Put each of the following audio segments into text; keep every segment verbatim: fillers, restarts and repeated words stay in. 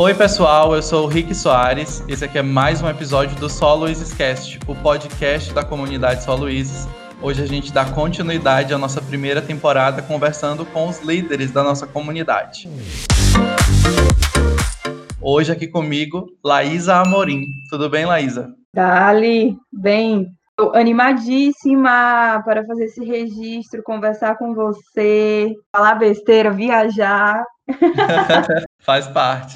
Oi pessoal, eu sou o Rick Soares, esse aqui é mais um episódio do Só Luizes Cast, o podcast da comunidade Só Luizes. Hoje a gente dá continuidade à nossa primeira temporada conversando com os líderes da nossa comunidade. Hoje aqui comigo, Laísa Amorim. Tudo bem, Laísa? Dali, bem, tô animadíssima para fazer esse registro, conversar com você, falar besteira, viajar. Faz parte.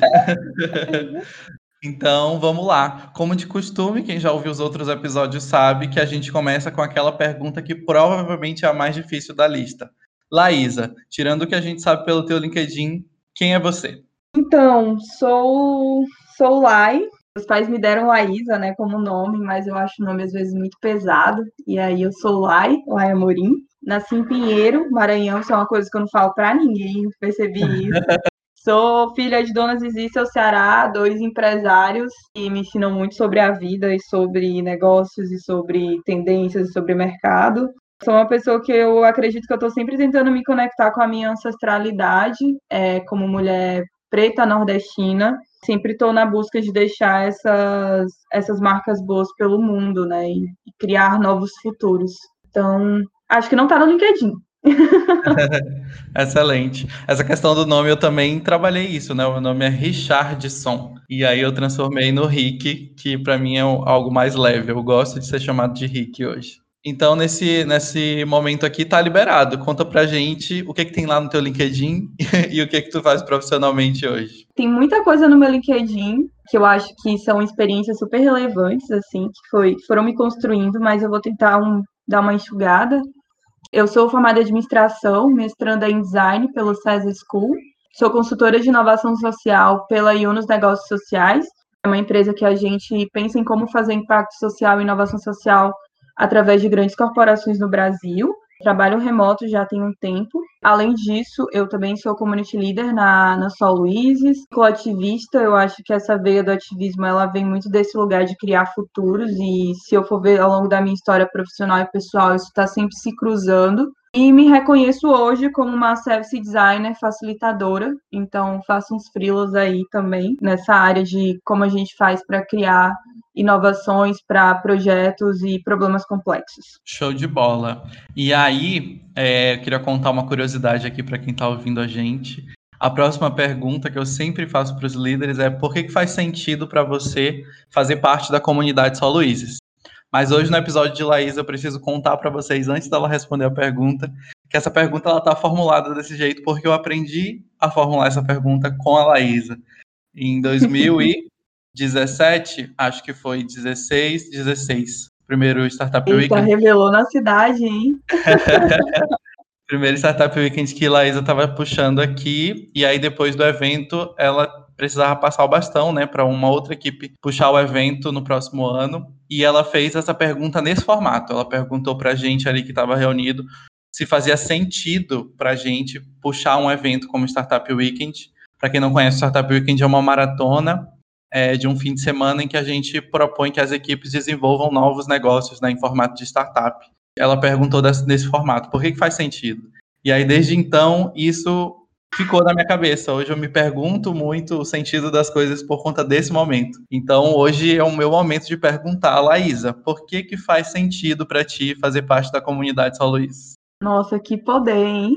Então, vamos lá. Como de costume, quem já ouviu os outros episódios sabe que a gente começa com aquela pergunta que provavelmente é a mais difícil da lista. Laísa, tirando o que a gente sabe pelo teu LinkedIn, quem é você? Então, sou, sou Lai. Os pais me deram Laísa, né, como nome, mas eu acho o nome às vezes muito pesado. E aí eu sou Lai, Lai Amorim. Nasci em Pinheiro, Maranhão, isso é uma coisa que eu não falo para ninguém, percebi isso. Sou filha de Dona Zizi, seu Ceará, dois empresários que me ensinam muito sobre a vida e sobre negócios e sobre tendências e sobre mercado. Sou uma pessoa que eu acredito que eu estou sempre tentando me conectar com a minha ancestralidade, é, como mulher preta nordestina. Sempre estou na busca de deixar essas, essas marcas boas pelo mundo, né? E, e criar novos futuros. Então, acho que não está no LinkedIn. Excelente. Essa questão do nome eu também trabalhei isso, né? O meu nome é Richardson. E aí eu transformei no Rick, que para mim é algo mais leve. Eu gosto de ser chamado de Rick hoje. Então, nesse, nesse momento aqui, tá liberado. Conta pra gente o que que tem lá no teu LinkedIn e o que que tu faz profissionalmente hoje. Tem muita coisa no meu LinkedIn que eu acho que são experiências super relevantes, assim, que, foi, que foram me construindo, mas eu vou tentar um, dar uma enxugada. Eu sou formada em administração, mestranda em design pelo César School. Sou consultora de inovação social pela Yunus Negócios Sociais. É uma empresa que a gente pensa em como fazer impacto social e inovação social através de grandes corporações no Brasil. Trabalho remoto já tem um tempo. Além disso, eu também sou community leader na, na Só Luizes. Sou ativista, eu acho que essa veia do ativismo ela vem muito desse lugar de criar futuros e se eu for ver ao longo da minha história profissional e pessoal, isso está sempre se cruzando. E me reconheço hoje como uma service designer facilitadora, então faço uns freelas aí também nessa área de como a gente faz para criar inovações para projetos e problemas complexos. Show de bola. E aí, é, eu queria contar uma curiosidade aqui para quem está ouvindo a gente. A próxima pergunta que eu sempre faço para os líderes é por que que faz sentido para você fazer parte da comunidade Só Luizes? Mas hoje no episódio de Laísa eu preciso contar para vocês, antes dela responder a pergunta, que essa pergunta ela está formulada desse jeito porque eu aprendi a formular essa pergunta com a Laísa. Em dois mil e dezessete, acho que foi dezesseis, dezesseis. Primeiro Startup Eita, Weekend. revelou na cidade, hein? Primeiro Startup Weekend que Laísa estava puxando aqui, e aí depois do evento ela precisava passar o bastão, né, para uma outra equipe puxar o evento no próximo ano, e ela fez essa pergunta nesse formato. Ela perguntou para a gente ali que estava reunido se fazia sentido para a gente puxar um evento como Startup Weekend. Para quem não conhece, Startup Weekend é uma maratona é, de um fim de semana em que a gente propõe que as equipes desenvolvam novos negócios, né, em formato de startup. Ela perguntou desse, nesse formato, por que que faz sentido? E aí, desde então, isso ficou na minha cabeça. Hoje eu me pergunto muito o sentido das coisas por conta desse momento. Então, hoje é o meu momento de perguntar, Laísa, por que que faz sentido para ti fazer parte da comunidade Só Luiz? Nossa, que poder, hein?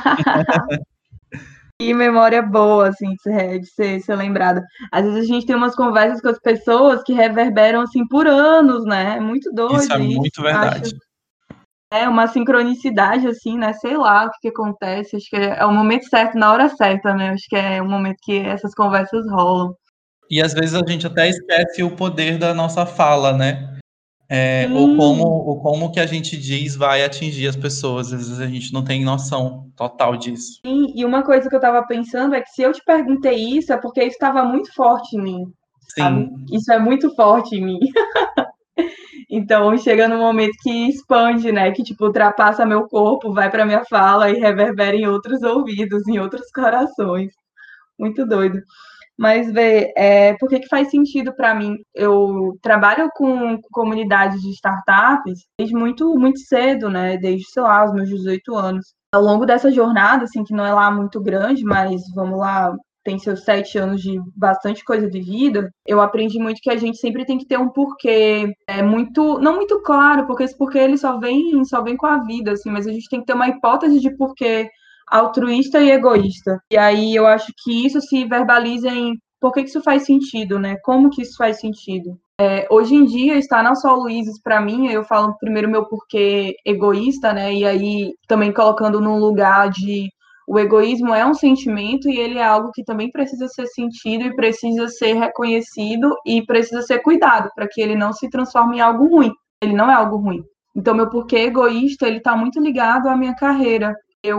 Que memória boa, assim, de ser, de ser, ser lembrada. Às vezes a gente tem umas conversas com as pessoas que reverberam, assim, por anos, né? É muito Isso é doido muito isso. Acho verdade. é uma sincronicidade, assim, né? Sei lá o que, que acontece. Acho que é o momento certo, na hora certa, né? Acho que é o momento que essas conversas rolam. E às vezes a gente até esquece o poder da nossa fala, né? É, ou como, Sim, ou como o que a gente diz vai atingir as pessoas. Às vezes a gente não tem noção total disso. sim. E uma coisa que eu tava pensando é que se eu te perguntei isso, é porque isso estava muito forte em mim, sabe? Sim, Isso é muito forte em mim. Então chega num momento que expande, né? Que tipo ultrapassa meu corpo, vai para minha fala e reverbera em outros ouvidos, em outros corações. Muito doido. Mas vê, é, por que que faz sentido para mim? Eu trabalho com comunidades de startups desde muito muito cedo, né? Desde, sei lá, os meus dezoito anos. Ao longo dessa jornada, assim, que não é lá muito grande, mas vamos lá, tem seus sete anos de bastante coisa de vida, eu aprendi muito que a gente sempre tem que ter um porquê, é muito, não muito claro, porque esse porquê ele só vem, só vem com a vida, assim, mas a gente tem que ter uma hipótese de porquê altruísta e egoísta. E aí eu acho que isso se verbaliza em por que, que isso faz sentido, né? Como que isso faz sentido? É, hoje em dia, estar na Sol Luizes, para mim, eu falo primeiro meu porquê egoísta, né? E aí também colocando num lugar de o egoísmo é um sentimento e ele é algo que também precisa ser sentido e precisa ser reconhecido e precisa ser cuidado para que ele não se transforme em algo ruim. Ele não é algo ruim. Então, meu porquê egoísta, ele está muito ligado à minha carreira.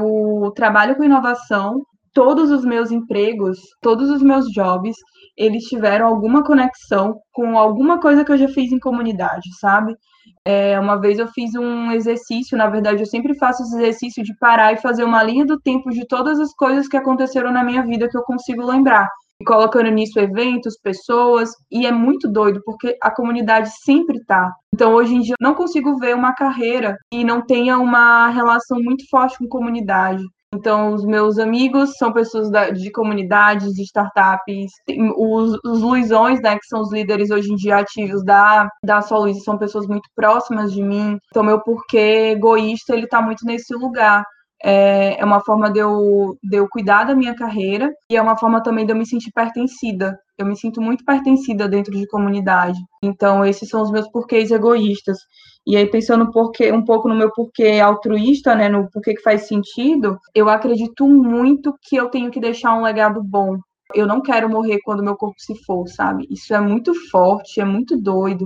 Eu trabalho com inovação, todos os meus empregos, todos os meus jobs, eles tiveram alguma conexão com alguma coisa que eu já fiz em comunidade, sabe? É, uma vez eu fiz um exercício, na verdade eu sempre faço esse exercício de parar e fazer uma linha do tempo de todas as coisas que aconteceram na minha vida que eu consigo lembrar. E colocando nisso eventos, pessoas, e é muito doido, porque a comunidade sempre tá. Então, hoje em dia, eu não consigo ver uma carreira que não tenha uma relação muito forte com comunidade. Então, os meus amigos são pessoas da, de comunidades, de startups. Os, os Luizões, né, que são os líderes hoje em dia ativos da, da Sol Luiz, são pessoas muito próximas de mim. Então, meu porquê egoísta, ele está muito nesse lugar. É, é uma forma de eu, de eu cuidar da minha carreira e é uma forma também de eu me sentir pertencida. Eu me sinto muito pertencida dentro de comunidade. Então, esses são os meus porquês egoístas. E aí, pensando um, porquê, um pouco no meu porquê altruísta, né, no porquê que faz sentido, eu acredito muito que eu tenho que deixar um legado bom. Eu não quero morrer quando meu corpo se for, sabe? Isso é muito forte, é muito doido,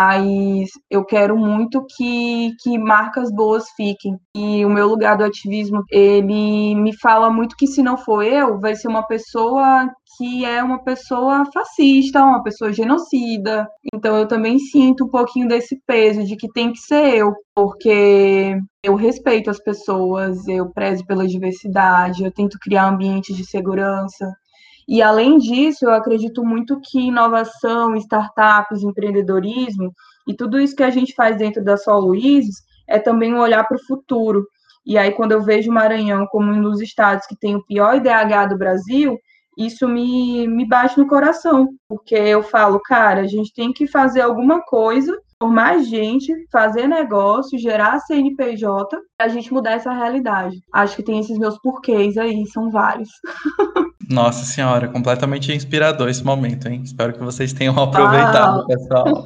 mas eu quero muito que, que marcas boas fiquem. E o meu lugar do ativismo, ele me fala muito que se não for eu, vai ser uma pessoa que é uma pessoa fascista, uma pessoa genocida. Então eu também sinto um pouquinho desse peso de que tem que ser eu, porque eu respeito as pessoas, eu prezo pela diversidade, eu tento criar ambientes de segurança. E, além disso, eu acredito muito que inovação, startups, empreendedorismo e tudo isso que a gente faz dentro da Sol Luizes é também um olhar para o futuro. E aí, quando eu vejo o Maranhão como um dos estados que tem o pior I D H do Brasil, isso me, me bate no coração, porque eu falo, cara, a gente tem que fazer alguma coisa, formar gente, fazer negócio, gerar C N P J, para a gente mudar essa realidade. Acho que tem esses meus porquês aí, são vários. Nossa senhora, completamente inspirador esse momento, hein? Espero que vocês tenham aproveitado, Ah, pessoal.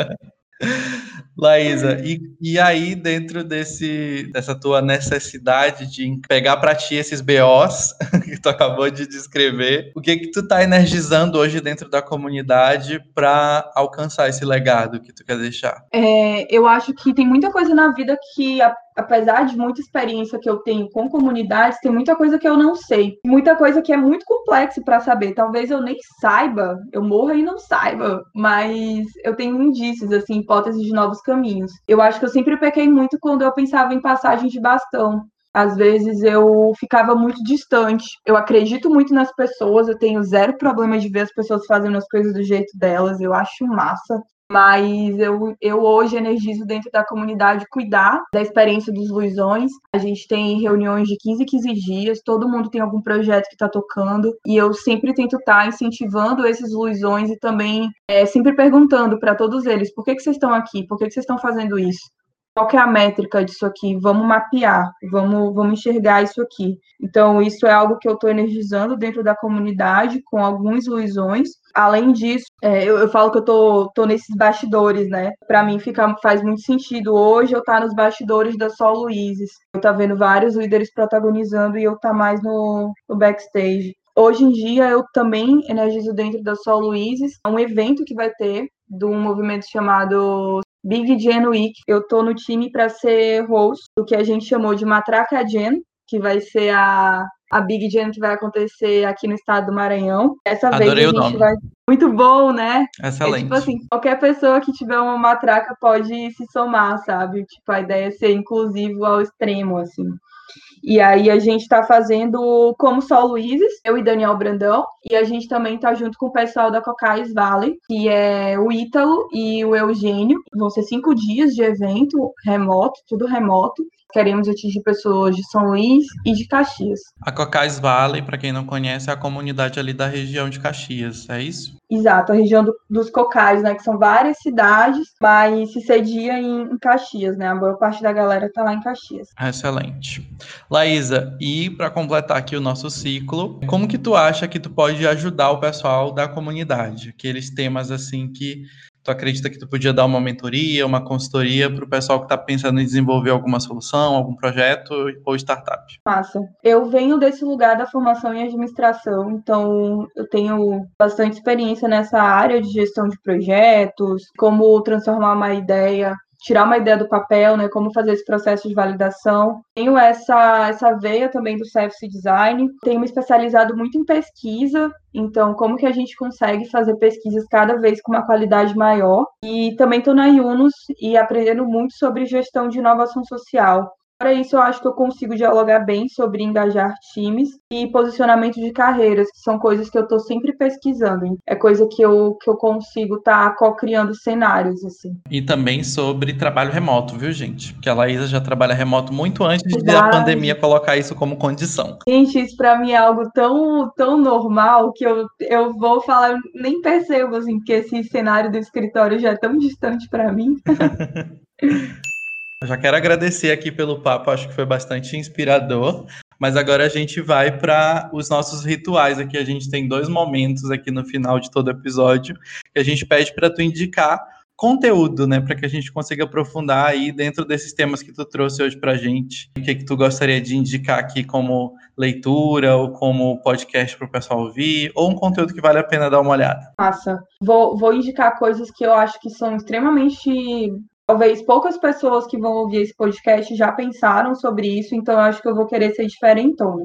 Laísa, e, e aí dentro desse, dessa tua necessidade de pegar para ti esses B Os que tu acabou de descrever, o que que tu tá energizando hoje dentro da comunidade para alcançar esse legado que tu quer deixar? É, eu acho que tem muita coisa na vida que, a- apesar de muita experiência que eu tenho com comunidades, tem muita coisa que eu não sei. Muita coisa que é muito complexo para saber. Talvez eu nem saiba, eu morra e não saiba, mas eu tenho indícios, assim, hipóteses de novos caminhos. Eu acho que eu sempre pequei muito quando eu pensava em passagem de bastão. Às vezes eu ficava muito distante. Eu acredito muito nas pessoas, eu tenho zero problema de ver as pessoas fazendo as coisas do jeito delas, eu acho massa. Mas eu, eu hoje energizo dentro da comunidade cuidar da experiência dos Luizões. A gente tem reuniões de quinze em quinze dias, todo mundo tem algum projeto que está tocando, e eu sempre tento estar incentivando esses Luizões e também é, sempre perguntando para todos eles, por que, que vocês estão aqui? Por que, que vocês estão fazendo isso? Qual que é a métrica disso aqui? Vamos mapear, vamos, vamos enxergar isso aqui. Então, isso é algo que eu estou energizando dentro da comunidade, com alguns Luizões. Além disso, é, eu, eu falo que eu tô, tô nesses bastidores, né? Para mim fica, faz muito sentido hoje eu estar tá nos bastidores da Sol Luizes. Eu tá vendo vários líderes protagonizando e eu tá mais no, no backstage. Hoje em dia, eu também energizo dentro da Sol Luizes um evento que vai ter de um movimento chamado Big Gen Week. Eu tô no time para ser host do que a gente chamou de Matraca Gen, que vai ser a, a Big Gen que vai acontecer aqui no estado do Maranhão. Dessa vez Adorei a o gente nome. vai Muito bom, né? Excelente. É tipo assim, qualquer pessoa que tiver uma matraca pode se somar, sabe? Tipo, a ideia é ser inclusivo ao extremo, assim. E aí a gente está fazendo como só Luizes, eu e Daniel Brandão, e a gente também está junto com o pessoal da Cocais Valley, que é o Ítalo e o Eugênio. Vão ser cinco dias de evento remoto, tudo remoto. Queremos atingir pessoas de São Luís e de Caxias. A Cocais Valley, para quem não conhece, é a comunidade ali da região de Caxias, é isso? Exato, a região do, dos Cocais, né? Que são várias cidades, mas se cedia em, em Caxias, né? A maior parte da galera tá lá em Caxias. Excelente. Laísa, e para completar aqui o nosso ciclo, como que tu acha que tu pode ajudar o pessoal da comunidade? Aqueles temas assim que tu acredita que tu podia dar uma mentoria, uma consultoria para o pessoal que está pensando em desenvolver alguma solução, algum projeto ou startup? Massa. Eu venho desse lugar da formação em administração, então eu tenho bastante experiência nessa área de gestão de projetos, como transformar uma ideia, tirar uma ideia do papel, né, como fazer esse processo de validação. Tenho essa, essa veia também do Service Design, tenho me especializado muito em pesquisa, então como que a gente consegue fazer pesquisas cada vez com uma qualidade maior. E também estou na Yunus e aprendendo muito sobre gestão de inovação social. Para isso, eu acho que eu consigo dialogar bem sobre engajar times e posicionamento de carreiras, que são coisas que eu estou sempre pesquisando. É coisa que eu, que eu consigo estar tá co-criando cenários, assim. E também sobre trabalho remoto, viu, gente? Porque a Laísa já trabalha remoto muito antes de a Verdade. pandemia colocar isso como condição. Gente, isso para mim é algo tão, tão normal que eu, eu vou falar, eu nem percebo, assim, que esse cenário do escritório já é tão distante para mim. Eu já quero agradecer aqui pelo papo, acho que foi bastante inspirador. Mas agora a gente vai para os nossos rituais aqui. A gente tem dois momentos aqui no final de todo episódio que a gente pede para tu indicar conteúdo, né, para que a gente consiga aprofundar aí dentro desses temas que tu trouxe hoje para a gente. O que que tu gostaria de indicar aqui como leitura ou como podcast para o pessoal ouvir, ou um conteúdo que vale a pena dar uma olhada? Massa. Vou, vou indicar coisas que eu acho que são extremamente. Talvez poucas pessoas que vão ouvir esse podcast já pensaram sobre isso, então eu acho que eu vou querer ser diferentona.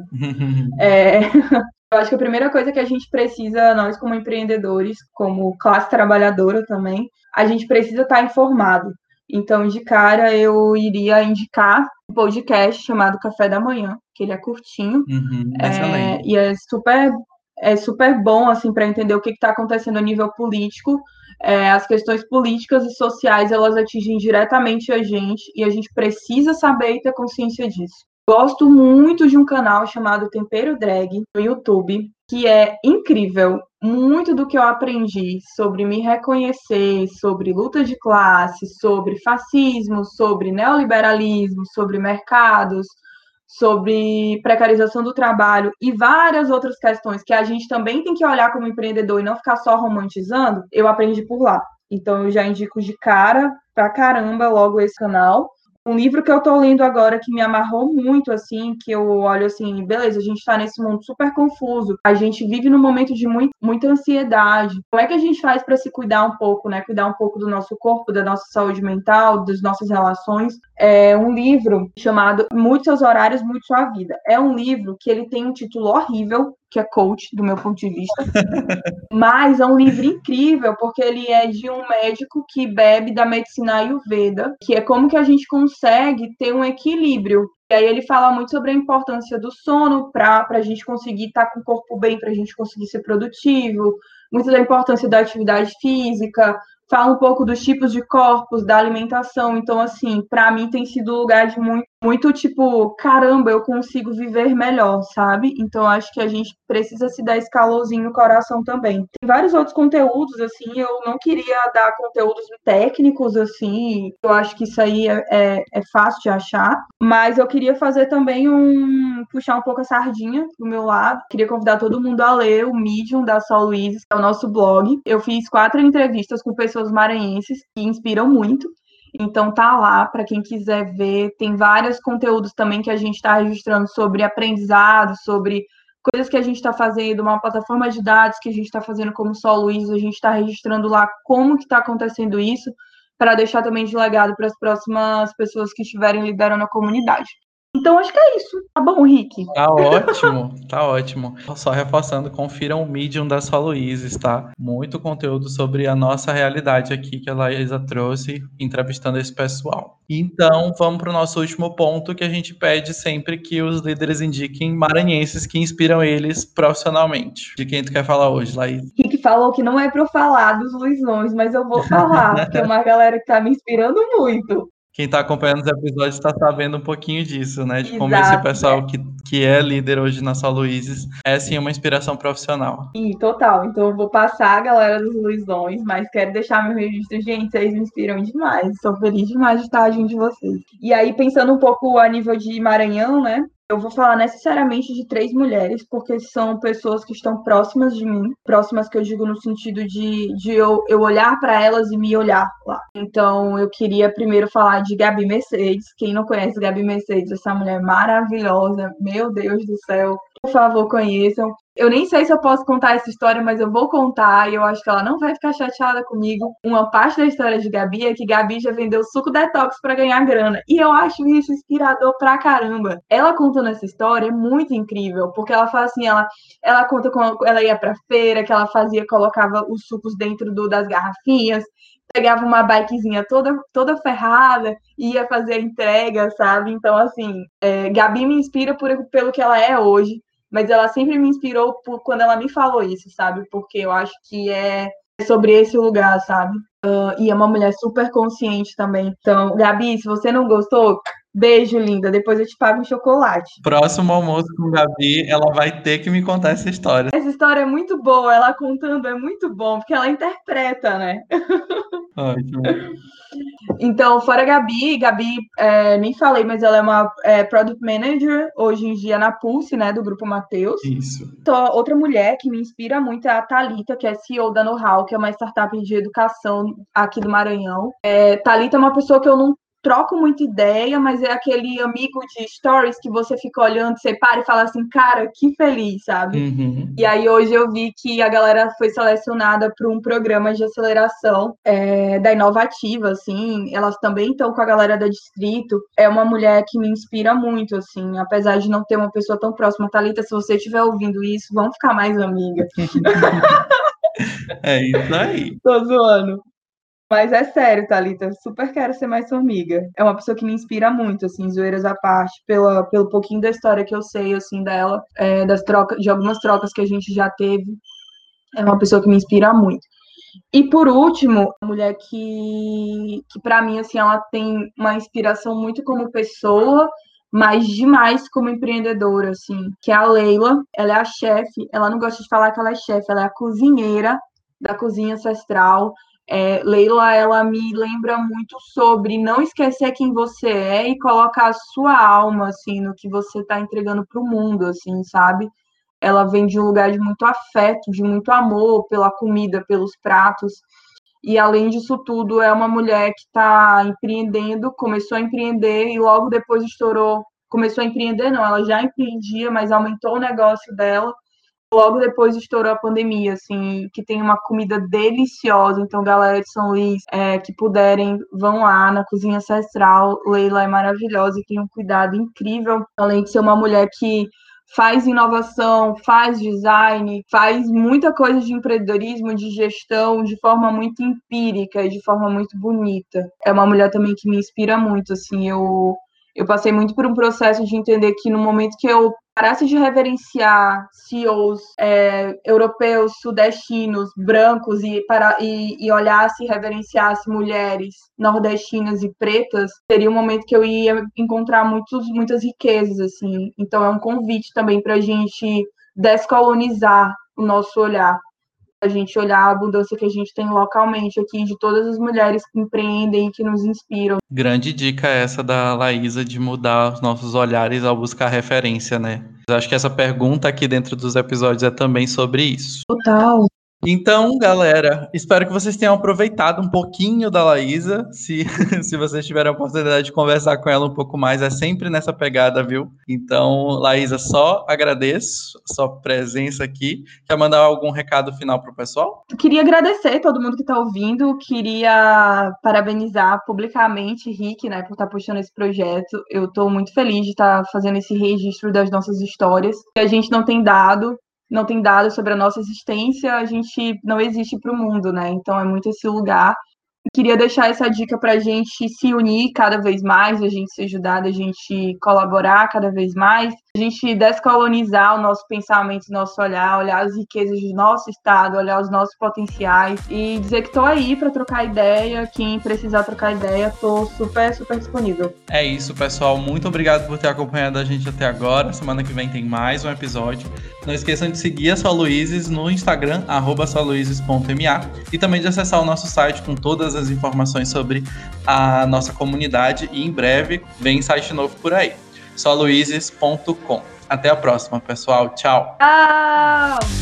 É, eu acho que a primeira coisa que a gente precisa, nós como empreendedores, como classe trabalhadora também, a gente precisa estar informado. Então, de cara, eu iria indicar um podcast chamado Café da Manhã, que ele é curtinho, Uhum, é, excelente. e é super, é super bom assim para entender o que está acontecendo a nível político. É, as questões políticas e sociais elas atingem diretamente a gente e a gente precisa saber e ter consciência disso. Gosto muito de um canal chamado Tempero Drag no YouTube, que é incrível. Muito do que eu aprendi sobre me reconhecer, sobre luta de classe, sobre fascismo, sobre neoliberalismo, sobre mercados, sobre precarização do trabalho e várias outras questões que a gente também tem que olhar como empreendedor e não ficar só romantizando, eu aprendi por lá. Então eu já indico de cara pra caramba logo esse canal. Um livro que eu tô lendo agora que me amarrou muito, assim, que eu olho assim, beleza, a gente tá nesse mundo super confuso, a gente vive num momento de muito, muita ansiedade. Como é que a gente faz para se cuidar um pouco, né? Cuidar um pouco do nosso corpo, da nossa saúde mental, das nossas relações. É um livro chamado Mude Seus Horários, Mude Sua Vida. É um livro que ele tem um título horrível, que é coach, do meu ponto de vista. Mas é um livro incrível, porque ele é de um médico que bebe da medicina Ayurveda, que é como que a gente consegue ter um equilíbrio. E aí ele fala muito sobre a importância do sono para a gente conseguir estar com o corpo bem, para a gente conseguir ser produtivo, muito da importância da atividade física, fala um pouco dos tipos de corpos, da alimentação. Então, assim, para mim tem sido um lugar de muito, muito tipo, caramba, eu consigo viver melhor, sabe? Então, acho que a gente precisa se dar esse calorzinho no coração também. Tem vários outros conteúdos, assim, eu não queria dar conteúdos técnicos, assim, eu acho que isso aí é, é, é fácil de achar, mas eu queria fazer também um, puxar um pouco a sardinha do meu lado, queria convidar todo mundo a ler o Medium da Sol Luiz, que é o nosso blog. Eu fiz quatro entrevistas com pessoas maranhenses que inspiram muito. Então tá lá para quem quiser ver. Tem vários conteúdos também que a gente está registrando sobre aprendizado, sobre coisas que a gente está fazendo, uma plataforma de dados que a gente está fazendo como Sol Luiz, a gente está registrando lá como que está acontecendo isso, para deixar também de legado para as próximas pessoas que estiverem liderando a comunidade. Então acho que é isso. Tá bom, Rick? Tá ótimo, tá ótimo. Só reforçando, confiram o Medium da Só Luizes, tá? Muito conteúdo sobre a nossa realidade aqui que a Laísa trouxe, entrevistando esse pessoal. Então, vamos para o nosso último ponto, que a gente pede sempre que os líderes indiquem maranhenses que inspiram eles profissionalmente. De quem tu quer falar hoje, Laís? Rick falou que não é pra eu falar dos Luizões, mas eu vou falar, porque é uma galera que tá me inspirando muito. Quem está acompanhando os episódios está sabendo um pouquinho disso, né? De como esse Exato, pessoal né? que, que é líder hoje na Só Luizes é sim uma inspiração profissional. Sim, total. Então eu vou passar a galera dos Luizões, mas quero deixar meu registro. Gente, vocês me inspiram demais. Sou feliz demais de estar junto de vocês. E aí, pensando um pouco a nível de Maranhão, né? Eu vou falar necessariamente de três mulheres, porque são pessoas que estão próximas de mim. Próximas que eu digo no sentido de, de eu, eu olhar para elas e me olhar lá. Então, eu queria primeiro falar de Gabi Mercedes. Quem não conhece Gabi Mercedes, essa mulher maravilhosa. Meu Deus do céu. Por favor, conheçam. Eu nem sei se eu posso contar essa história, mas eu vou contar e eu acho que ela não vai ficar chateada comigo. Uma parte da história de Gabi é que Gabi já vendeu suco detox para ganhar grana. E eu acho isso inspirador pra caramba. Ela contando essa história é muito incrível, porque ela fala assim, ela, ela conta como ela ia pra feira, que ela fazia, colocava os sucos dentro do, das garrafinhas, pegava uma bikezinha toda, toda ferrada e ia fazer a entrega, sabe? Então, assim, é, Gabi me inspira por, pelo que ela é hoje. Mas ela sempre me inspirou por, quando ela me falou isso, sabe? Porque eu acho que é sobre esse lugar, sabe? Uh, e é uma mulher super consciente também. Então, Gabi, se você não gostou, beijo, linda. Depois eu te pago um chocolate. Próximo almoço com Gabi, ela vai ter que me contar essa história. Essa história é muito boa, ela contando é muito bom, porque ela interpreta, né? Ótimo. Então, fora a Gabi, Gabi, é, nem falei, mas ela é uma é, Product Manager, hoje em dia na Pulse, né, do Grupo Mateus. Isso. Então, outra mulher que me inspira muito é a Thalita, que é C E O da Know-How, que é uma startup de educação aqui do Maranhão. É, Thalita é uma pessoa que eu não troco muita ideia, mas é aquele amigo de stories que você fica olhando, você para e fala assim, cara, que feliz, sabe? Uhum. E aí hoje eu vi que a galera foi selecionada para um programa de aceleração é, da Inovativa, assim, elas também estão com a galera da Distrito. É uma mulher que me inspira muito, assim, apesar de não ter uma pessoa tão próxima. Thalita, se você estiver ouvindo isso, vamos ficar mais amiga. É isso aí. Tô zoando. Mas é sério, Thalita, super quero ser mais sua amiga. É uma pessoa que me inspira muito, assim, zoeiras à parte, pela, pelo pouquinho da história que eu sei, assim, dela, é, das trocas, de algumas trocas que a gente já teve. É uma pessoa que me inspira muito. E por último, uma mulher que, que para mim, assim, ela tem uma inspiração muito como pessoa, mas demais como empreendedora, assim, que é a Leila. Ela é a chefe, ela não gosta de falar que ela é chefe, ela é a cozinheira da cozinha ancestral. É, Leila, ela me lembra muito sobre não esquecer quem você é e colocar a sua alma, assim, no que você está entregando para o mundo, assim, sabe? Ela vem de um lugar de muito afeto, de muito amor pela comida, pelos pratos. E, além disso tudo, é uma mulher que está empreendendo, começou a empreender e logo depois estourou. Começou a empreender, não, ela já empreendia, mas aumentou o negócio dela. Logo depois estourou a pandemia, assim, que tem uma comida deliciosa. Então, galera de São Luís, é, que puderem, vão lá na cozinha ancestral. Leila é maravilhosa e tem um cuidado incrível. Além de ser uma mulher que faz inovação, faz design, faz muita coisa de empreendedorismo, de gestão, de forma muito empírica e de forma muito bonita. É uma mulher também que me inspira muito, assim, eu... Eu passei muito por um processo de entender que no momento que eu parasse de reverenciar C E Os é, europeus, sudestinos, brancos e, para, e, e olhasse e reverenciasse mulheres nordestinas e pretas, seria um momento que eu ia encontrar muitos, muitas riquezas, assim. Então é um convite também para a gente descolonizar o nosso olhar. A gente olhar a abundância que a gente tem localmente aqui, de todas as mulheres que empreendem e que nos inspiram. Grande dica essa da Laísa de mudar os nossos olhares ao buscar referência, né? Eu acho que essa pergunta aqui dentro dos episódios é também sobre isso. Total. Então, galera, espero que vocês tenham aproveitado um pouquinho da Laísa. Se, se vocês tiverem a oportunidade de conversar com ela um pouco mais, é sempre nessa pegada, viu? Então, Laísa, só agradeço a sua presença aqui. Quer mandar algum recado final pro pessoal? Queria agradecer todo mundo que está ouvindo, queria parabenizar publicamente Rick, né, por estar puxando esse projeto. Eu estou muito feliz de estar fazendo esse registro das nossas histórias, que a gente não tem dado, não tem dados sobre a nossa existência, a gente não existe para o mundo, né? Então é muito esse lugar. Queria deixar essa dica para a gente se unir cada vez mais, a gente se ajudar, a gente colaborar cada vez mais, a gente descolonizar o nosso pensamento, o nosso olhar, olhar as riquezas do nosso estado, olhar os nossos potenciais e dizer que estou aí para trocar ideia. Quem precisar trocar ideia, estou super, super disponível. É isso, pessoal. Muito obrigado por ter acompanhado a gente até agora. Semana que vem tem mais um episódio. Não esqueçam de seguir a Soluizes no Instagram, arroba soluizes ponto m a, e também de acessar o nosso site com todas as informações sobre a nossa comunidade. E em breve vem site novo por aí, soluizes ponto com. Até a próxima, pessoal. Tchau! Tchau!